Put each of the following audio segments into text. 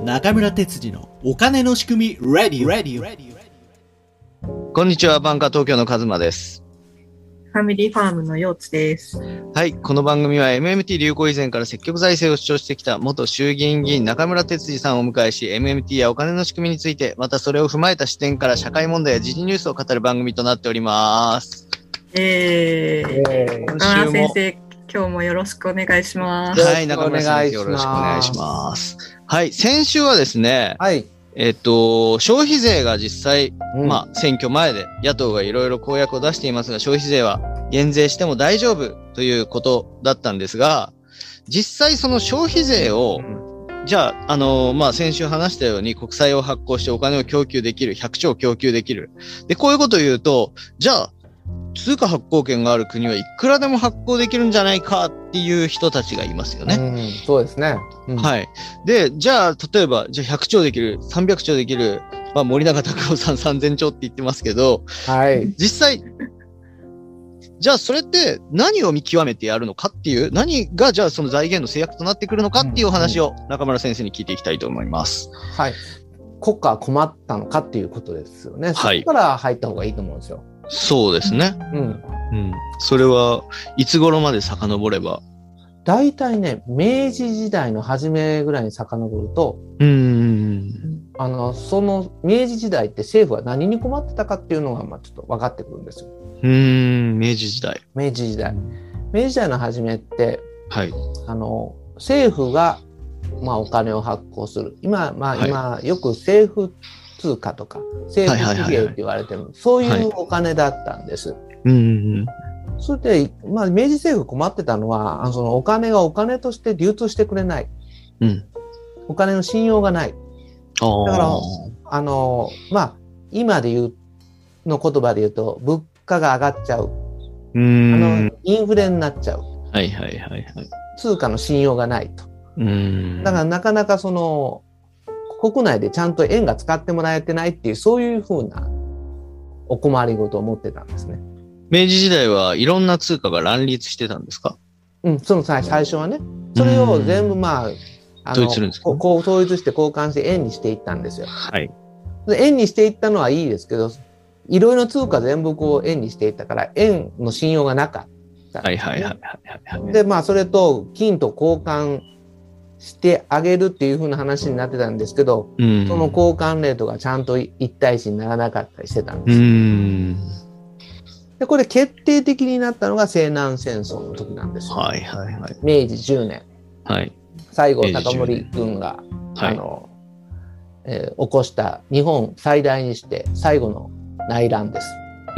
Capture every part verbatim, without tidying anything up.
中村哲次のお金の仕組み Ready Ready。 こんにちは、バンカー東京のカズマです。 ファミリーファームのヨーツです。 はい、この番組は エムエムティー 流行以前から積極財政を主張してきた元衆議院議員中村哲次さんをお迎えし、 エムエムティー やお金の仕組みについて、またそれを踏まえた視点から社会問題や時事ニュースを語る番組となっております。 えー、えー、中村先生、今日もよろしくお願いします。 はい、中村先生よろしくお願いします。はい、先週はですね、 はい、 えっと、消費税が実際、 うん、 まあ、選挙前で野党がいろいろ公約を出していますが、消費税は減税しても大丈夫ということだったんですが、実際その消費税を、うん、じゃあ、あの、まあ、先週話したように国債を発行してお金を供給できる、ひゃくちょう供給できる。で、こういうことを言うと、じゃあ、通貨発行権がある国はいくらでも発行できるんじゃないかっていう人たちがいますよね。 うん、そうですね。 うん、はい。で、じゃあ、例えば、じゃあひゃくちょうできる、さんびゃくちょうできる、まあ、森永卓郎さんさんぜんちょうって言ってますけど、 はい。 実際、じゃあそれって何を見極めてやるのかっていう、何がじゃあその財源の制約となってくるのかっていうお話を中村先生に聞いていきたいと思います。 はい。国家は困ったのかっていうことですよね。はい。そこから入った方がいいと思うんですよ。 そうですね。 うん。うん。 それはいつ頃まで遡れば？ 大体ね、明治時代の初めぐらいに遡ると、 うーん。 あの、その明治時代って政府は何に困ってたかっていうのが、まあちょっと分かってくるんですよ。 うーん、明治時代。 明治時代。明治時代の初めって、 はい。 あの、政府が、まあお金を発行する。今、まあ今、はい、よく政府通貨とか、政府資源って言われてる、そういうお金だったんです。はい、 うん。 それで、まあ、明治政府困ってたのは、あのそのお金がお金として流通してくれない。 うん、お金の信用がない。だから、あの、まあ、今で言う、の言葉で言うと、物価が上がっちゃう。 うーん。 あの、インフレになっちゃう。 はいはいはいはい。 通貨の信用がないと。 うーん。 だからなかなかその、国内でちゃんと円が使ってもらえてないっていう、そういうふうなお困りごとを持ってたんですね。 明治時代はいろんな通貨が乱立してたんですか？ うん、その最初はね。それを全部まあ、 あの統一するんですか？ こう統一して交換して円にしていったんですよ。 はい。 で円にしていったのはいいですけど、いろいろ通貨全部こう円にしていったから、円の信用がなかった、ね。 はいはいはいはいはい。 で、まあそれと金と交換してあげるっていう風な話になってたんですけど、うん、その交換レートがちゃんと一対一にならなかったりしてたんです。 うん、 で、これ決定的になったのが西南戦争の時なんですよ。 はいはいはい。 明治じゅうねん。 はい。 西郷隆盛軍が、 はい、 あの、えー、起こした日本最大にして最後の内乱です。 うん、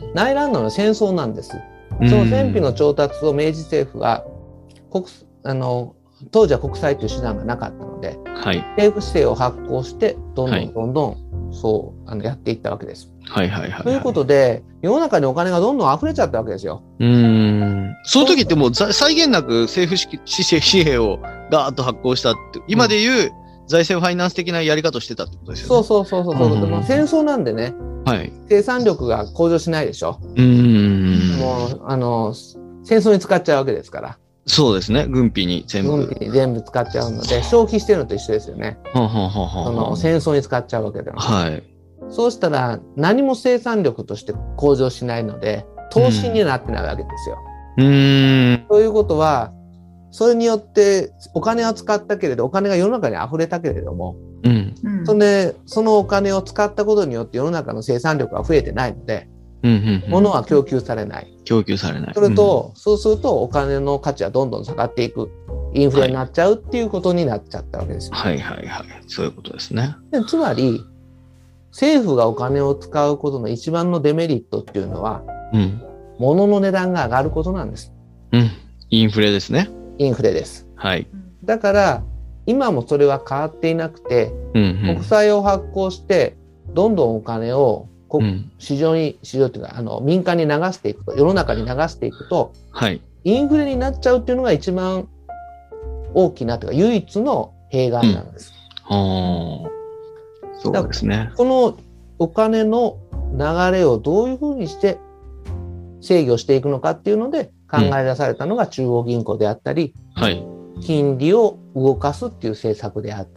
内乱の戦争なんです。その戦費の調達を明治政府は国あの当時は国債という手段がなかったので、 はい、 政府指定を発行してどんどんどんどんそうあのやっていったわけです。 はいはいはいはい、 ということで世の中にお金がどんどん溢れちゃったわけですよ。 うーん。その時ってもう際限なく政府紙幣をガーッと発行したって、今でいう財政ファイナンス的なやり方をしてたってことですよね。 そうそうそうそう。うん、でも戦争なんでね、 はい、 生産力が向上しないでしょ。 うーん。 もうあの戦争に使っちゃうわけですから。 そうですね。軍費に全部。 軍費に全部使っちゃうので、消費してるのと一緒ですよね。 ははははその戦争に使っちゃうわけでは。 はい。 そうしたら何も生産力として向上しないので、投資になってないわけですよ。 うーん。 ということは、それによってお金は使ったけれど、お金が世の中に溢れたけれども、 うん。 それで、そのお金を使ったことによって世の中の生産力が増えてないので、 うんうんうん、 物は供給されない。 供給されない。 それと、うん、そうするとお金の価値はどんどん下がっていく。インフレになっちゃうっていうことになっちゃったわけですよ。 はいはいはい。そういうことですね。 でつまり、政府がお金を使うことの一番のデメリットっていうのは、 うん、 物の値段が上がることなんです。 うん。インフレですね。 インフレです。 はい。 だから、今もそれは変わっていなくて、 うんうん、 国債を発行して、どんどんお金をうん、 市場に、市場というか、あの、民間に流していくと、世の中に流していくと、 はい。 インフレになっちゃうっていうのが一番大きなというか、唯一の弊害なんです。 うん、はあ。そうですね。 このお金の流れをどういうふうにして制御していくのかっていうので考え出されたのが中央銀行であったり、 うん、はい。 金利を動かすっていう政策であったり、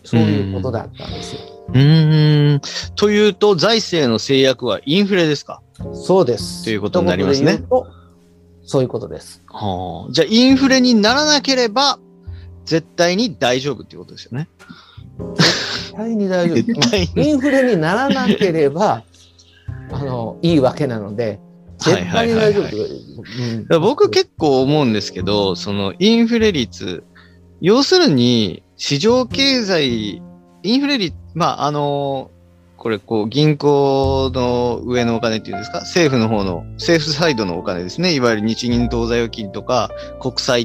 そういうことだったんですよ。 うーん。というと、財政の制約はインフレですか？ そうです。 ということになりますね。 一言で言うとそういうことです。 はあ。じゃあ、インフレにならなければ、絶対に大丈夫っていうことですよね。 絶対に大丈夫。 絶対にインフレにならなければ、あの、いいわけなので、絶対に大丈夫。 うん、僕結構思うんですけど、そのインフレ率、要するに市場経済、インフレ率、まあ、あの、これこう銀行の上のお金っていうんですか、政府の方の、政府サイドのお金ですね。いわゆる日銀当座預金とか国債って、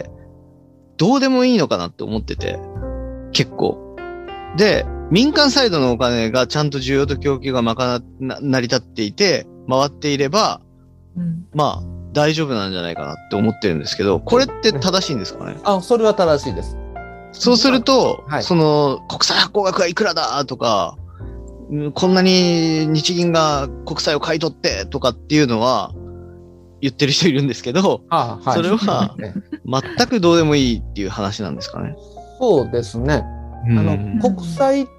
どうでもいいのかなって思ってて、結構。で、民間サイドのお金がちゃんと需要と供給がまかな、成り立っていて、回っていれば、うん、まあ、大丈夫なんじゃないかなって思ってるんですけど、これって正しいんですかね？ あ、それは正しいです。 そうすると、はい、その、国債発行額はいくらだとか、こんなに日銀が国債を買い取ってとかっていうのは言ってる人いるんですけど、 ああはい、 それは全くどうでもいいっていう話なんですかね？ そうですね。あの、国債って、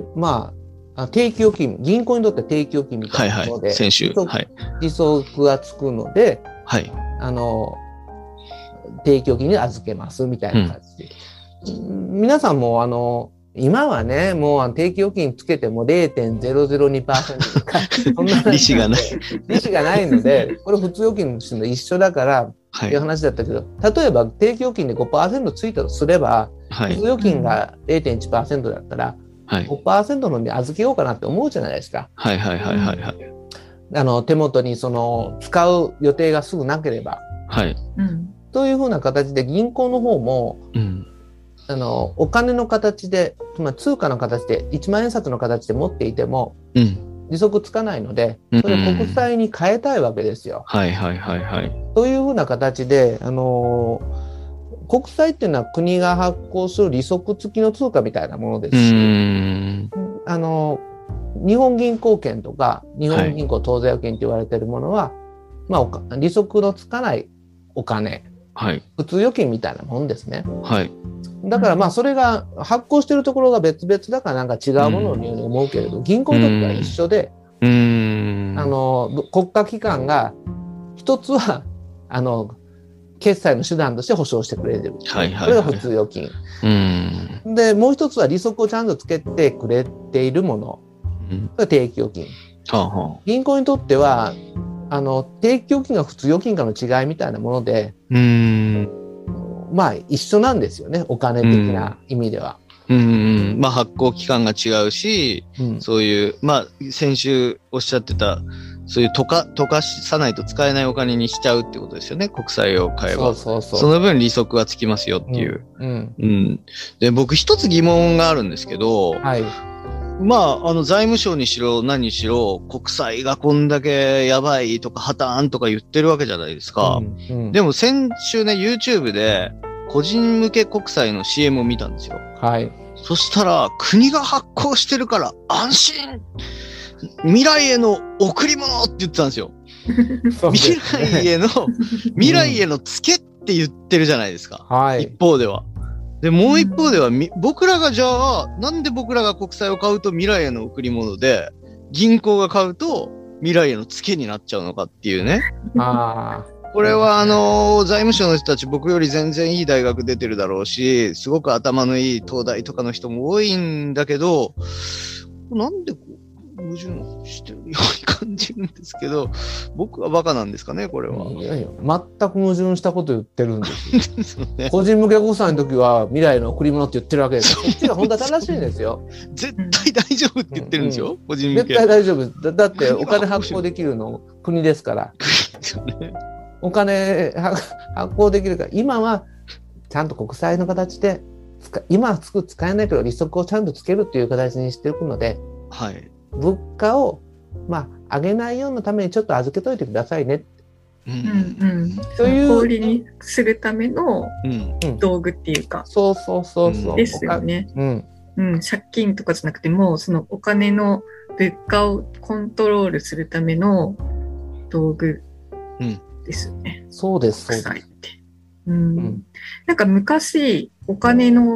まあ、定期預金、銀行にとって定期預金みたいなので、はいはい、 先週、 はい、利息がつくので、 はい、 あの、定期預金に預けますみたいな感じで。うん、皆さんも、あの、今はね、もう定期預金つけても ゼロてんゼロゼロにパーセント とか、そんな利子がない。 利子がないので、これ普通預金の人と一緒だから、っていう話だったけど、はい、例えば定期預金で ごパーセント ついたとすれば、はい、普通預金が ゼロてんいちパーセント だったら、はい、ごパーセント のに預けようかなって思うじゃないですか。 はいはいはいはい、はい。 あの、手元にその、使う予定がすぐなければ。 はい。 というふうな形で銀行の方も、うん、あの、お金の形で、つまり通貨の形で、いちまんえん札の形で持っていても、うん、利息つかないので、それを国債に変えたいわけですよ。 はいはいはいはい。 というふうな形で、あのー、国債っていうのは国が発行する利息付きの通貨みたいなものですし、うんあのー、日本銀行券とか、日本銀行当座預金と言われているものは、はい、まあ、利息のつかないお金、はい、普通預金みたいなもんですね。 はい。 だからまあそれが発行しているところが別々だからなんか違うもののように思うけれど、銀行にとっては一緒で、うーんあの国家機関が一つはあの決済の手段として保証してくれてる。はいはいはい、これが普通預金。うんでもう一つは利息をちゃんとつけてくれているもの。うん、これが定期預金。はあはあ、銀行にとってはあの定期預金が普通預金かの違いみたいなもので。うーんまあ一緒なんですよね、お金的な意味では。 うん、うん、まあ発行期間が違うし、うん、そういう、まあ先週おっしゃってた、そういう溶か、溶かさないと使えないお金にしちゃうってことですよね、国債を買えば。そうそうそう。その分利息はつきますよっていう。うん。うんうん、で、僕一つ疑問があるんですけど、はい。まあ、あの、財務省にしろ何にしろ、国債がこんだけやばいとか破綻とか言ってるわけじゃないですか。うんうん、でも先週ね、YouTube で個人向け国債の シーエム を見たんですよ。はい。そしたら、国が発行してるから安心未来への贈り物って言ってたんですよ。未来への、未来へのツケって言ってるじゃないですか。はい。一方では。で、もう一方では、僕らがじゃあ、なんで僕らが国債を買うと未来への贈り物で、銀行が買うと未来へのツケになっちゃうのかっていうね。ああ。これはあのー、財務省の人たち僕より全然いい大学出てるだろうし、すごく頭のいい東大とかの人も多いんだけど、なんでこう、矛盾してるように感じるんですけど、僕はバカなんですかね、これは。 いやいや、全く矛盾したこと言ってるんですよ。ね、個人向け国債の時は未来の贈り物って言ってるわけですよ。そっちが本当は正しいんですよ。 絶対大丈夫って言ってるんですよ、うんうん、個人向け。 絶対大丈夫だ。だってお金発行できるの国ですから。ね、お金発行できるから、今はちゃんと国債の形で、今はつく使えないけど利息をちゃんとつけるっていう形にしていくので、はい。物価を、まあ、上げないようなためにちょっと預けといてくださいね。 うんうん、そういう小売りにするための道具っていうか、 うん、そうそうそうそうですよね、うんうん、借金とかじゃなくてもそのお金の物価をコントロールするための道具ですよね、うん、 そうですそうです、 うんうん、なんか昔お金の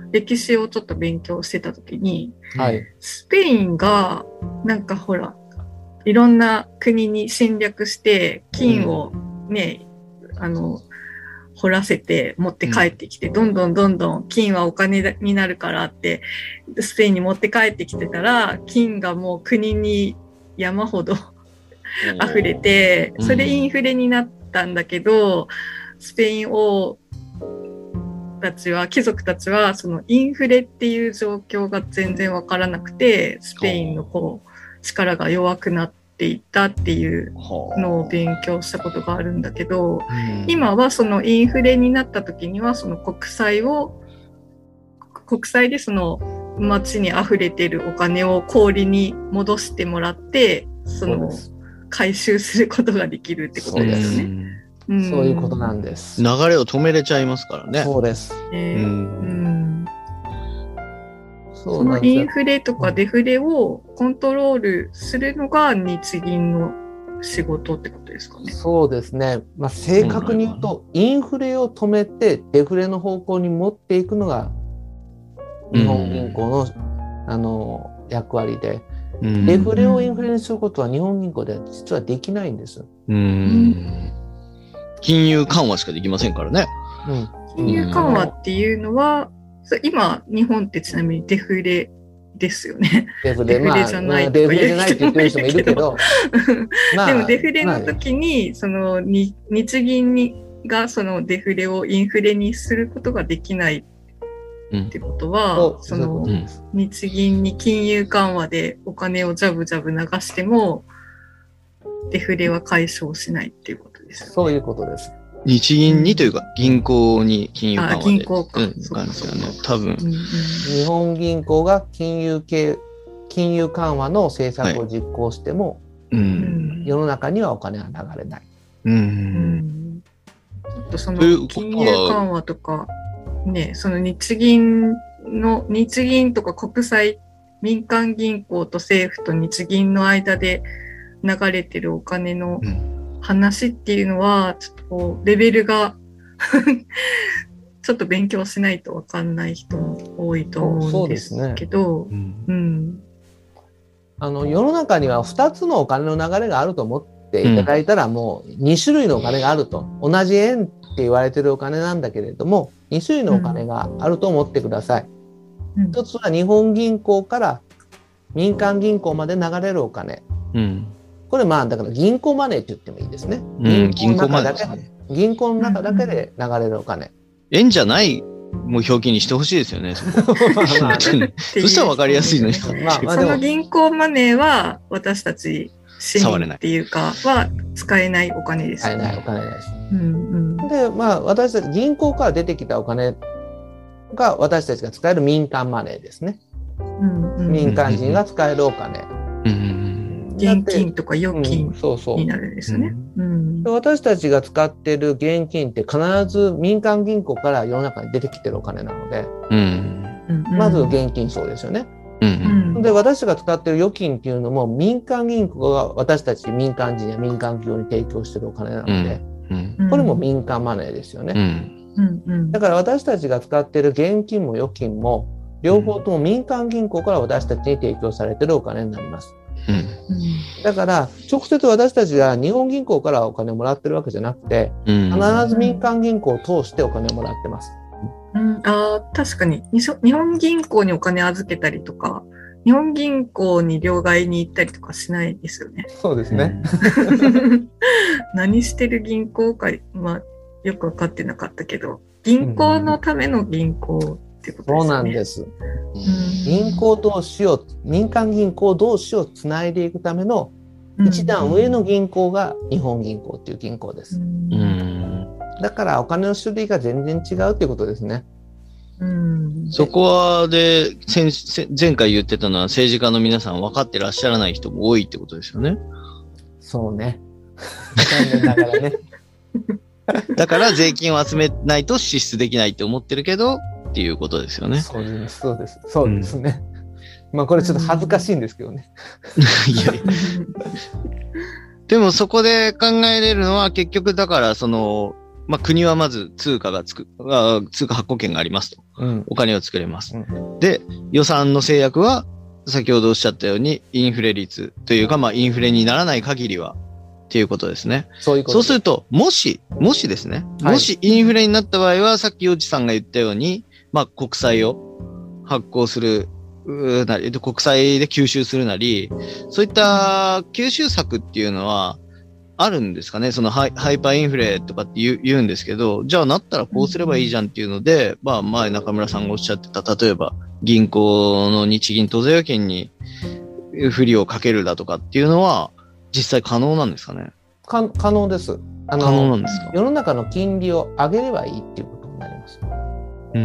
歴史をちょっと勉強してた時に、 はい、 スペインがなんかほらいろんな国に侵略して金をね、うん、あの掘らせて持って帰ってきて、うん、どんどんどんどん金はお金になるからってスペインに持って帰ってきてたら、金がもう国に山ほど溢れて、それでインフレになったんだけど、スペイン王たちは、貴族たちはそのインフレっていう状況が全然わからなくて、スペインのこう力が弱くなっていったっていうのを勉強したことがあるんだけど、今はそのインフレになった時にはその国債を国債でその街に溢れてるお金を氷に戻してもらって、その回収することができるってことですよね。 そう、そういうことなんです。 流れを止めれちゃいますからね。 そうです。 えーうん、そのインフレとかデフレをコントロールするのが日銀の仕事ってことですかね。 そうですね。まあ、正確に言うと、インフレを止めてデフレの方向に持っていくのが日本銀行の、うん、あの役割で、うん、デフレをインフレにすることは日本銀行では実はできないんです。 うん、金融緩和しかできませんからね。 うん、金融緩和っていうのは、うん、今日本ってちなみにデフレですよね。 デフレ、デフレじゃないとか言う人もいるけど、デフレじゃないって言ってる人もいるけど、 まあ、でもデフレの時に、そのに日銀にがそのデフレをインフレにすることができないってことは、うん、その、うん、日銀に金融緩和でお金をジャブジャブ流してもデフレは解消しないっていうことですよね。 そういうことです。 日銀にというか銀行に金融緩和で、 あ、銀行か、 うん、そうですよね。多分、うんうん、 日本銀行が金融系金融緩和の政策を実行しても、はい、うん、世の中にはお金は流れない。 うんうん、ちょっとその金融緩和とかね、その日銀の日銀とか国債、民間銀行と政府と日銀の間で流れてるお金の話っていうのは、ちょっとこうレベルがちょっと勉強しないと分かんない人も多いと思うんですけど、ね、うんうん、 あの世の中にはふたつのお金の流れがあると思っていただいたら、もうに種類のお金があると、同じ円って言われてるお金なんだけれども、に種類のお金があると思ってください。うん、一つは日本銀行から民間銀行まで流れるお金。うん、これまあだから銀行マネーって言ってもいいですね。 うん、銀行マネーですね。 銀行の中だけで流れるお金。 円じゃないもう表記にしてほしいですよね。そしたら分かりやすいのに。 まあまあ、その銀行マネーは私たち市民っていうかは使えないお金です、ね。 使えないお金です。うんうん、で、まあ私たち銀行から出てきたお金が私たちが使える民間マネーですね。うんうん、民間人が使えるお金。 うんうん、現金とか預金になるんですね。 私たちが使っている現金って必ず民間銀行から世の中に出てきてるお金なので、うんうん、まず現金そうですよね。うんうん、で私たちが使っている預金っていうのも民間銀行が私たち民間人や民間企業に提供しているお金なので、うんうん、これも民間マネーですよね。うんうん、だから私たちが使っている現金も預金も両方とも民間銀行から私たちに提供されているお金になります。うん、だから直接私たちが日本銀行からお金をもらってるわけじゃなくて、うん、必ず民間銀行を通してお金をもらってます。 うん、あ、確かに日本銀行にお金預けたりとか日本銀行に両替に行ったりとかしないですよね。 そうですね。 何してる銀行か、まあ、よく分かってなかったけど銀行のための銀行ってことですね。 そうなんです。うん、銀行同士を民間銀行同士をつないでいくための一段上の銀行が日本銀行っていう銀行です。うん、だからお金の種類が全然違うっていうことですね。 うん、そこはで前回言ってたのは政治家の皆さん分かってらっしゃらない人も多いってことですよね。 そうね。残念ながらね。 だから税金を集めないと支出できないって思ってるけどっていうことですよね。 そうです。そうです。そうですね。うん、まあこれちょっと恥ずかしいんですけどね。 いやいや。でもそこで考えれるのは結局だからそのまあ、国はまず通貨がつく、あ通貨発行権がありますと。 うん。 お金を作れます。 うん、 で、予算の制約は、先ほどおっしゃったように、インフレ率というか、まあ、インフレにならない限りは、っていうことですね。 そういうこと。 そうすると、もし、もしですね、 はい、 もしインフレになった場合は、さっきおじさんが言ったように、まあ、国債を発行するなり、国債で吸収するなり、そういった吸収策っていうのは、あるんですかね。そのハイ、ハイパーインフレとかって言う、言うんですけど、じゃあなったらこうすればいいじゃんっていうので、うん、まあ前中村さんがおっしゃってた、例えば銀行の日銀当座預金に不利をかけるだとかっていうのは実際可能なんですかね。 か可能です。あの可能なんですか。 世の中の金利を上げればいいっていうことになります。 うん。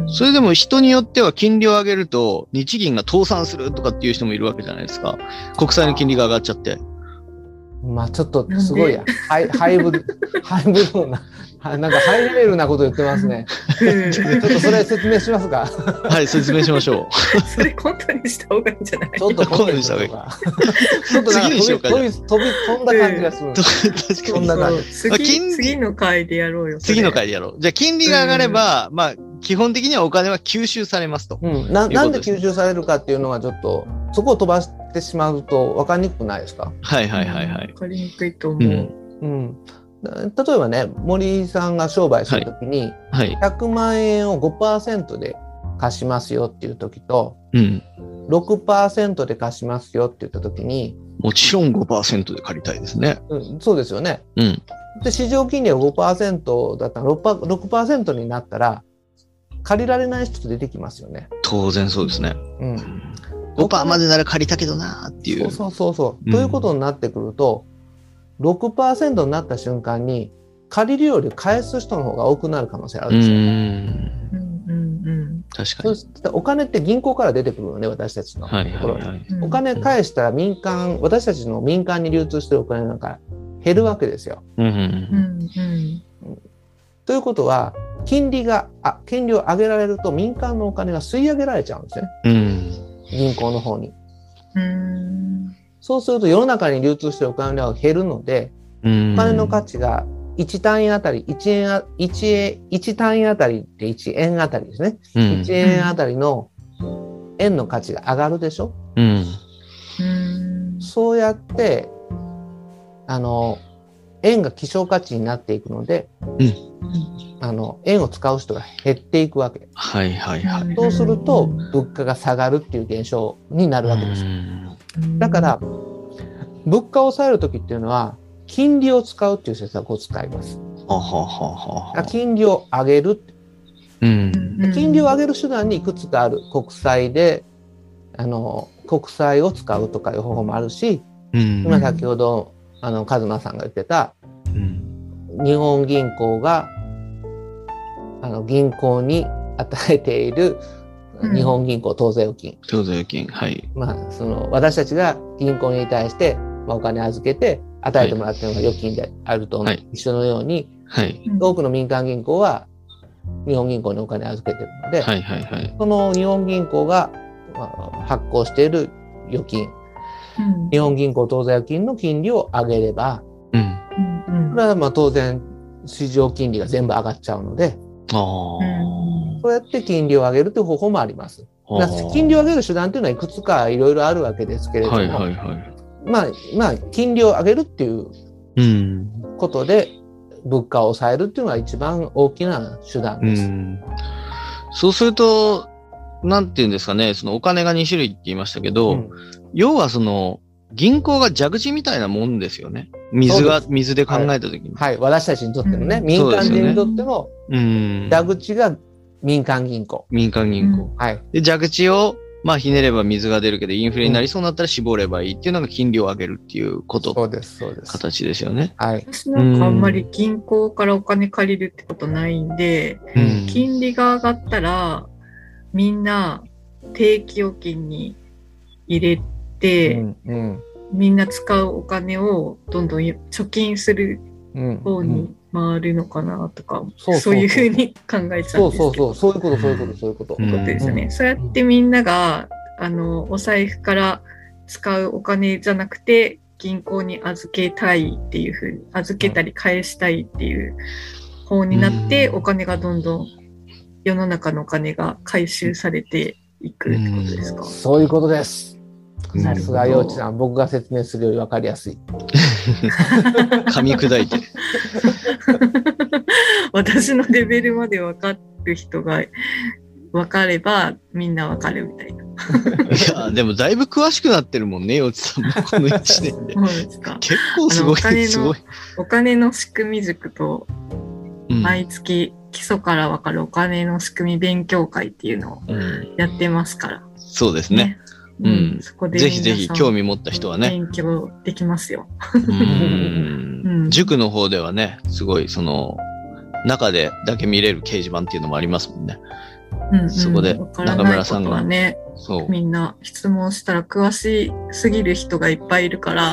それでも人によっては金利を上げると日銀が倒産するとかっていう人もいるわけじゃないですか。国債の金利が上がっちゃって。 まあちょっとすごいや。ハイ、ハイブル、ハイブルな、なんかハイレベルなこと言ってますね。ちょっとそれ説明しますか。 はい、説明しましょう。それコントにした方がいいんじゃない？ ちょっとコントにした方がいい。ちょっとなんか飛び、飛び、飛び、飛んだ感じがする。 確かに。 そんな感じ。次、次の回でやろうよ。 次の回でやろう。じゃあ金利が上がれば、まあ基本的にはお金は吸収されますと。 うん。な、なんで吸収されるかっていうのはちょっと、そこを飛ばしてしまうと分かりにくくないですか？ はいはいはいはい。 分かりにくいと思う。 うん。うん、例えばね、森さんが商売するときに、 はい、 ひゃくまんえんを ごパーセント で貸しますよっていうときと、 うん、 ろくパーセント で貸しますよって言ったときに、 もちろん ごパーセント で借りたいですね。 うん、そうですよね。 うん。 で、市場金利が ごパーセント だったら ろくパーセント になったら、借りられない人出てきますよね。 当然そうですね。 うん。 ごパーセント までなら借りたけどなーっていう。 そうそうそう。うん、ということになってくると、ろくパーセント になった瞬間に、借りるより返す人の方が多くなる可能性あるんですよ。うんうんうん、 確かに。 お金って銀行から出てくるのね、私たちのところに。はいはいはい、お金返したら民間、私たちの民間に流通してるお金なんか減るわけですよ。 うんうんうんうん、ということは、金利が、あ、金利を上げられると民間のお金が吸い上げられちゃうんですね。 うん、 銀行の方に。 うんそうすると世の中に流通してるお金が減るので、お金の価値がいち単位あたり、いちえんあ、いちえん、いち単位あたりっていちえんあたりですね。うん、いちえんあたりの円の価値が上がるでしょ、 うん、 そうやって、あの、円が希少価値になっていくので、 うん、 あの、円を使う人が減っていくわけ。 はいはいはい。 そうすると、物価が下がるっていう現象になるわけです。だから、物価を抑えるときっていうのは、金利を使うっていう施策を使います。 はははは金利を上げる、 うん。 金利を上げる手段にいくつかある。国債で、あの、国債を使うとかいう方法もあるし、 うん、 今先ほど、あの、カズマさんが言ってた、うん、日本銀行が、あの、銀行に与えている、日本銀行当座預金。 当座預金、はい。 まあ、その、私たちが銀行に対して、まあ、お金預けて、与えてもらっているのが預金であると一緒のように、 はい、 多くの民間銀行は日本銀行にお金を預けているので、 はいはいはい、 その日本銀行が発行している預金、うん、日本銀行当座預金の金利を上げれば、 うん、 これはまあ当然市場金利が全部上がっちゃうので、 あそうやって金利を上げるという方法もあります。金利を上げる手段というのはいくつかいろいろあるわけですけれども、 はいはいはいまあ、まあ、金利を上げるっていうことで、物価を抑えるっていうのが一番大きな手段です。 うん、そうすると、なんていうんですかね、そのお金がに種類って言いましたけど、うん、要はその、銀行が蛇口みたいなもんですよね。水が、水で考えたときに、 はい。はい。私たちにとってのね、うん、民間人にとっての、蛇口が民間銀行。 民間銀行。 うん、はい。 で、蛇口を、まあ、ひねれば水が出るけど、インフレになりそうになったら絞ればいいっていうのが金利を上げるっていうこと。 そうです、そうです。 形ですよね。 はい。 私なんかあんまり銀行からお金借りるってことないんで、うん、金利が上がったら、みんな定期預金に入れて、 うんうん、 みんな使うお金をどんどん貯金する方に回るのかなとか、うんうん、そうそうそう、そういうふうに考えちゃうんですけど。 そうそうそう、そういうこと、そういうこと、そういうこと。 そういうことですよね。うん、そうやってみんなが、あの、お財布から使うお金じゃなくて、銀行に預けたいっていうふうに、預けたり返したいっていう方になって、 うんお金がどんどん、世の中のお金が回収されていくってことですか？ そういうことです。 うんさすが陽一さん、僕が説明するより分かりやすい。 噛み砕いて。 私のレベルまで分かる人が分かればみんな分かるみたいな。 いや、でもだいぶ詳しくなってるもんね、よつさんもこのいちねんで。 そうですか。 結構すごい、 あのお金のすごい。 お金の仕組み塾とうん毎月基礎から分かるお金の仕組み勉強会っていうのをうんやってますから。 そうですね。うんそこでぜひぜひ興味味持った人はね。 勉強できますよ。 うんうん塾の方ではね、すごいその、中でだけ見れる掲示板っていうのもありますもんね。 うんうんそこでわからないことはね、 そう。 みんな質問したら詳しすぎる人がいっぱいいるから、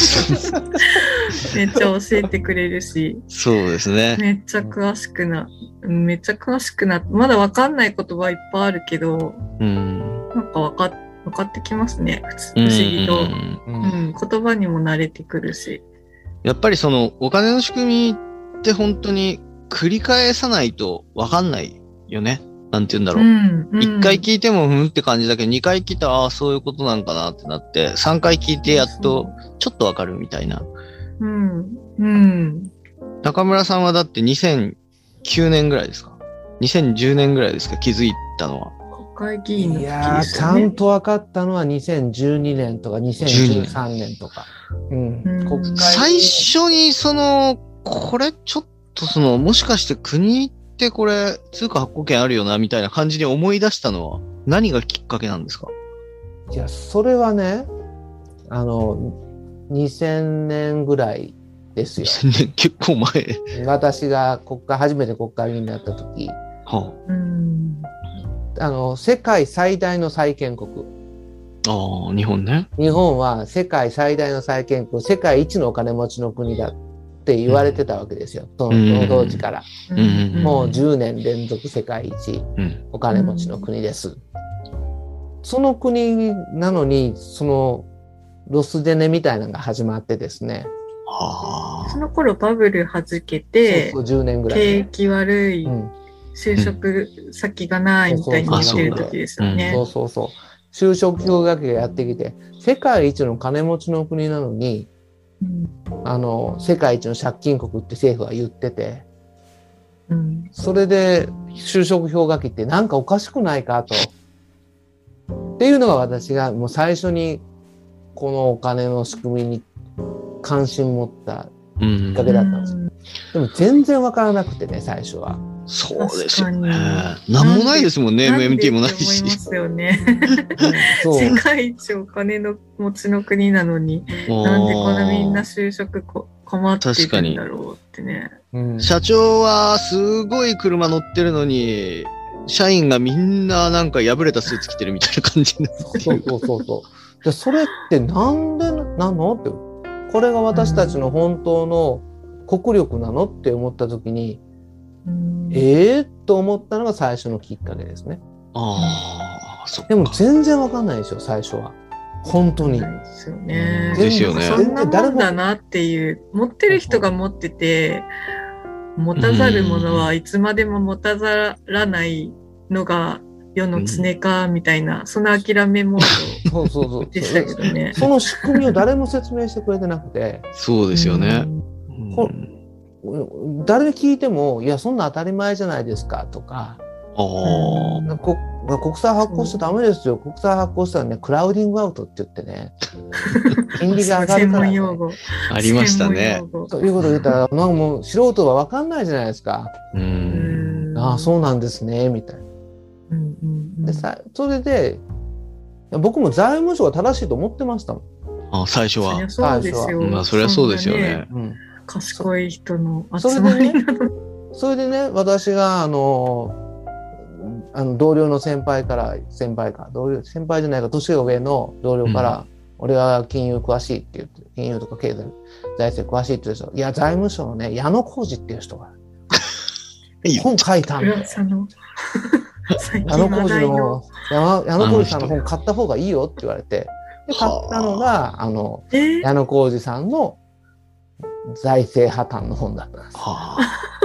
めっちゃ教えてくれるし、 そうですね。 めっちゃ詳しくな、めっちゃ詳しくな、まだわかんない言葉いっぱいあるけど、 うん。 なんかわか、わかってきますね。不うん思議と。 うんううんん、言葉にも慣れてくるし。 やっぱりそのお金の仕組みって本当に繰り返さないとわかんないよね。なんて言うんだろう。 うん。 一、回聞いてもうんって感じだけど、二回聞いたら、ああ、そういうことなんかなってなって、三回聞いてやっとちょっとわかるみたいな。 うん。うん。 中村さんはだってにせんきゅうねんぐらいですか ?にせんじゅうねんぐらいですか気づいたのは。 国会議員の時いやー、ちゃですよね。 んと分かったのはにせんじゅうにねんとかにせんじゅうさんねんとか。うん。 うん国会最初にその、これちょっとその、もしかして国ってこれ通貨発行権あるよなみたいな感じに思い出したのは何がきっかけなんですか？ いや、それはね、あの、にせんねんぐらいですよ。 にせんねん結構前。 私が国会、初めて国会議員になった時、 はうん。 あの、世界最大の債権国。 あ、ああ、日本ね。 日本は世界最大の債権国、世界一のお金持ちの国だって言われてたわけですよ。そのその当時から。 うんもうじゅうねん連続世界一うん。 お金持ちの国です。その国なのに、そのロスデネみたいなのが始まってですね。 あその頃バブル弾けて、 そうそうじゅうねんぐらいね、 景気悪い、 うん。 就職先がないみたいに言ってる時ですよねそ。うそうそう。就職氷河期がやってきて、世界一の金持ちの国なのに、 うんあの、世界一の借金国って政府は言ってて、 うんそれで就職氷河期ってなんかおかしくないかと。っていうのが私がもう最初にこのお金の仕組みに関心持ったうんきっかけだったんですよ。でも全然わからなくてね、最初は。 そうですよね確か。 なんもないですもんね、 なんでエムエムティー もないって思いまし。 すよね。 そう。 世界一お金の持ちの国なのに、なんでこんなみんな就職こ困ってるんだろうってね。 うん社長はすごい車乗ってるのに、社員がみんななんか破れたスーツ着てるみたいな感じになってる。 そうそうそうそう。で、それってなんでなのって、これが私たちの本当の国力なのって思った時に、 うんええー、と思ったのが最初のきっかけですね。 ああ、そっか。 でも全然わかんないですよ、最初は。本当に。 ないですよね。 ですよねそんなもんだなっていう、持ってる人が持ってて、持たざるものはいつまでも持たざらないのが世の常か、みたいな、その諦めモーそうそうそう。 ドでしたけどね。 その仕組みを誰も説明してくれてなくて、 そうですよね。 こうん誰に聞いても、いや、そんな当たり前じゃないですかとか、 ああ。 なこ国債発行しちゃダメですよ。国債発行したらね、クラウディングアウトって言ってね、金利が上が専るから、ね。 門用語。 ありましたね。 専門用語ということを言ったら、なんかもう素人はわかんないじゃないですか。 う。 うんんああ、そうなんですね、みたいな。 うんうんうんでさ、それで、いや僕も財務省が正しいと思ってましたもん。 あ、最初はそりゃ。そうですよ。 まあ、そりゃそうですよそんなね。 うん。 賢い人のそれ集まりでねなの。 それでね、私が、あの、あの同僚の先輩から、先輩か、同僚、先輩じゃないか、年が上の同僚から、俺は金融詳しいって言って、金融とか経済、財政詳しいって言う人、いや、財務省のね、矢野浩二っていう人が、本書いたんだよ。 噂の最矢野浩二近話題のの、矢野矢野浩二さんの本買った方がいいよって言われて、で、買ったのが、あの、 えー矢野浩二さんの財政破綻の本だったんです。 は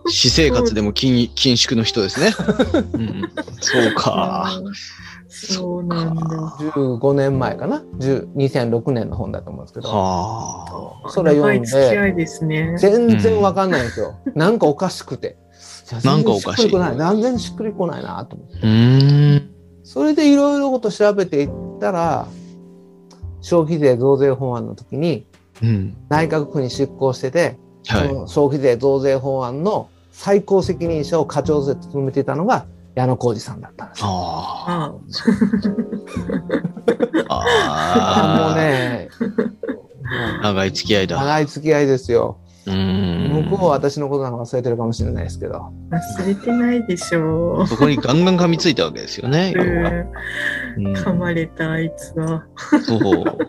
私生活でも緊緊縮の人ですね。うん、そうか。 そうなんだ。 じゅうごねんまえかな、にせんろくねんの本だと思うんですけど、 はそれ読ん長い付き合いで、 ですね。 全然わかんないんですよ。うん、なんかおかしくて。 なんかおかしい。 全然しっくりこないなと思って。 うーん、 それでいろいろこと調べていったら、消費税増税法案の時に、うん、内閣府に出向してて、はい、その消費税増税法案の最高責任者を課長で務めていたのが矢野浩二さんだったんです。ああ。もうね、 長い付き合いだ。 長い付き合いですよ。 うーん、 向こうは私のことなんか忘れてるかもしれないですけど。 忘れてないでしょう。 そこにガンガン噛みついたわけですよね。 うん、噛まれたあいつは。 そう。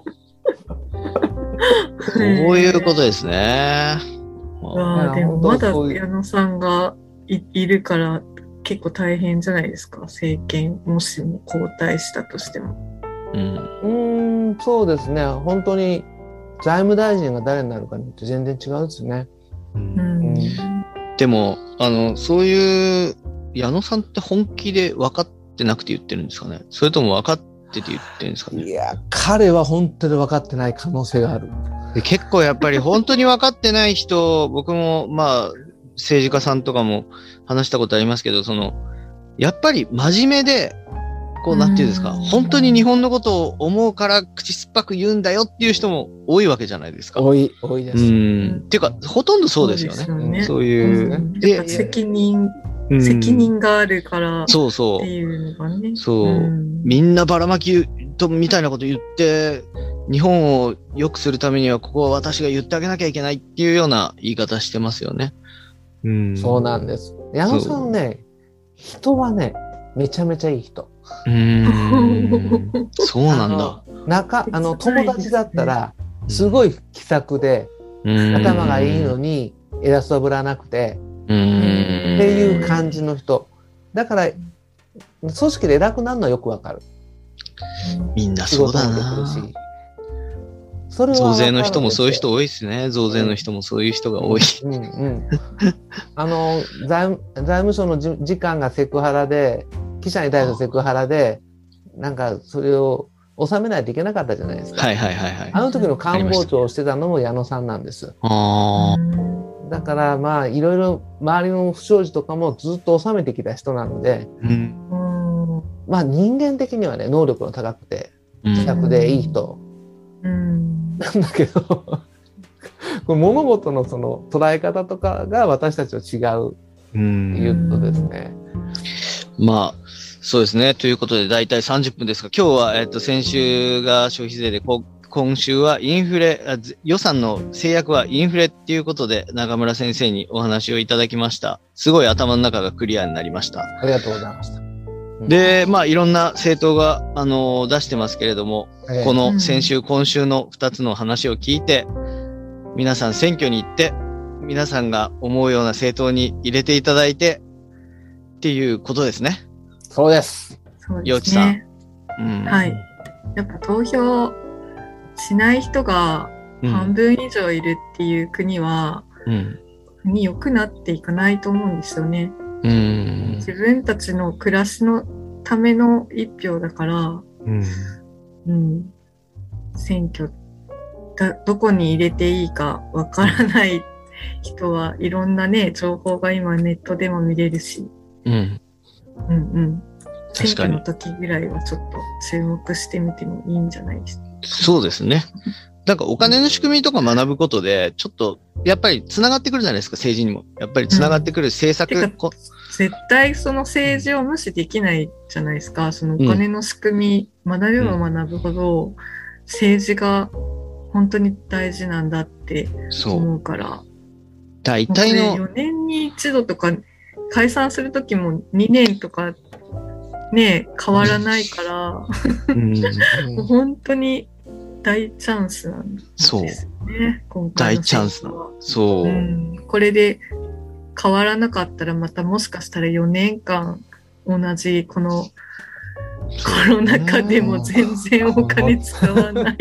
そういうことですね。 わあ、でもまだ矢野さんが い, いるから結構大変じゃないですか、政権もしも交代したとしても。 うん、うーん、そうですね。本当に財務大臣が誰になるかによって全然違うですね。 うんうん、でもあのそういう矢野さんって本気で分かってなくて言ってるんですかね。それとも分かってて言ってるんですかね。 いや、彼は本当に分かってない可能性がある。 で結構やっぱり本当に分かってない人、僕もまあ政治家さんとかも話したことありますけど、そのやっぱり真面目でこうなんていうんですか、本当に日本のことを思うから口酸っぱく言うんだよっていう人も多いわけじゃないですか。 多い多いです。 うん。っていうかほとんどそうですよね。そうですよね。そういう、うん、 やっぱ責任責任があるからってそうそういうのがね。 そう、うん、みんなばらまきとみたいなこと言って日本を良くするためにはここは私が言ってあげなきゃいけないっていうような言い方してますよね。 うん、そうなんです。矢野さんね、人はねめちゃめちゃいい人。 うーんそうなんだ。 中あの友達だったらすごい気さくで、うん、頭がいいのに偉そうぶらなくてっていう感じの人だから組織で偉くなるのはよくわかる。 みんなそうだな。それは増税の人もそういう人多いですね。増税の人もそういう人が多い。うんうん、 あの財務、財務省の次官がセクハラで記者に対するセクハラでなんかそれを収めないといけなかったじゃないですか。 はいはいはいはい。 あの時の官房長をしてたのも矢野さんなんです。あだからまあいろいろ周りの不祥事とかもずっと収めてきた人なので、うん、まあ人間的にはね能力の高くて気さくでいい人なんだけど、これ物事のその捉え方とかが私たちと違うっていうことですね。 まあそうですね。ということでだいたいさんじゅっぷんですが、今日はえっと先週が消費税でこ今週はインフレ、予算の制約はインフレっていうことで中村先生にお話をいただきました。すごい頭の中がクリアになりました。 ありがとうございました。 で、まあいろんな政党が、あのー、出してますけれども、えー、この先週、今週のふたつの話を聞いて、皆さん選挙に行って、皆さんが思うような政党に入れていただいて、っていうことですね。 そうです。 陽地さん。 うん、はい。やっぱ投票しない人が半分以上いるっていう国は、うん、国良くなっていかないと思うんですよね。うん、自分たちの暮らしのための一票だから、うんうん、選挙だどこに入れていいかわからない人はいろんなね情報が今ネットでも見れるし、うん、うんうん選挙の時ぐらいはちょっと注目してみてもいいんじゃないですか。 そうですね。なんかお金の仕組みとか学ぶことで、ちょっとやっぱり繋がってくるじゃないですか、政治にも。やっぱり繋がってくる政策。うん、 絶対その政治を無視できないじゃないですか。そのお金の仕組み、学べば学ぶほど、政治が本当に大事なんだって思うから。 大体の。 よねんに一度とか、解散するときもにねんとかね、変わらないから、うん、もう本当に大チャンスなんですよね。そう今回の大チャンスなそう、うん、 これで変わらなかったらまたもしかしたらよねんかん同じこのコロナ禍でも全然お金使わない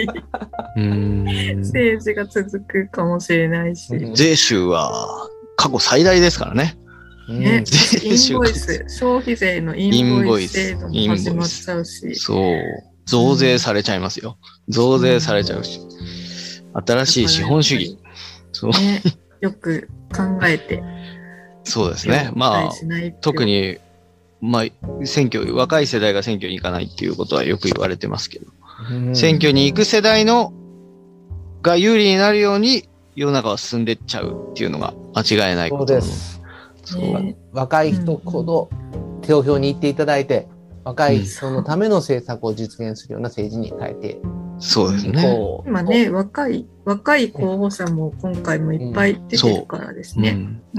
政治が続くかもしれないし、 税収は過去最大ですからね。 ね、 税イン収がボイス、消費税のインボイス制度も始まっちゃうし。 そう。増税されちゃいますよ。増税されちゃうし。新しい資本主義。そう。 ね、よく考えて。 そうですね。まあ、特に、まあ、選挙、若い世代が選挙に行かないっていうことはよく言われてますけど、選挙に行く世代の、が有利になるように世の中は進んでっちゃうっていうのが間違いないこと。 そうです。 そう、 ね、 若い人ほど投票に行っていただいて、若い人のための政策を実現するような政治に変えて、 そうですね。 今ね、若い、若い候補者も今回もいっぱい出てるからですね。 うんうん、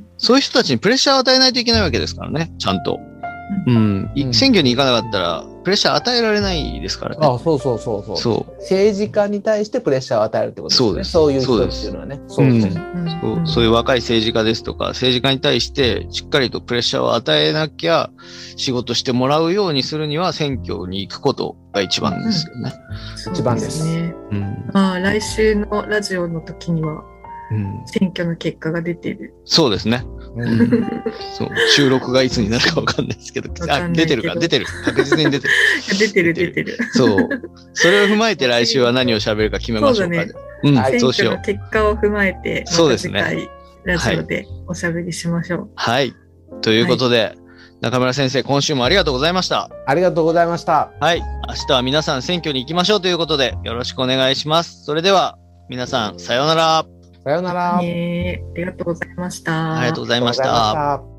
そういう人たちにプレッシャーを与えないといけないわけですからね、ちゃんと。うん。うん、選挙に行かなかったら、プレッシャー与えられないですからね。 ああ、そうそうそうそう。 そう。 政治家に対してプレッシャーを与えるってことですね。そうです。そういう人っていうのはね。 そうです。そう。そういう若い政治家ですとか、政治家に対してしっかりとプレッシャーを与えなきゃ仕事してもらうようにするには選挙に行くことが一番ですよね。 うん、 一番です。 ね、うん、ああ、来週のラジオの時には、うん、選挙の結果が出てる。 そうですね。うん、そう収録がいつになるかわかんないですけど、あ、出てるか、出てる。確実に出てる。 出てる、出てる。 そう。それを踏まえて来週は何を喋るか決めましょうか。そうだね。 うん、そうしよう。選挙の結果を踏まえて、また次回ラジオでおしゃべりしましょう。 はい。ということで、はい、中村先生、今週もありがとうございました。 ありがとうございました。 はい。明日は皆さん選挙に行きましょうということで、よろしくお願いします。それでは、皆さん、さようなら。 さようなら。 えー、ありがとうございました。 ありがとうございました。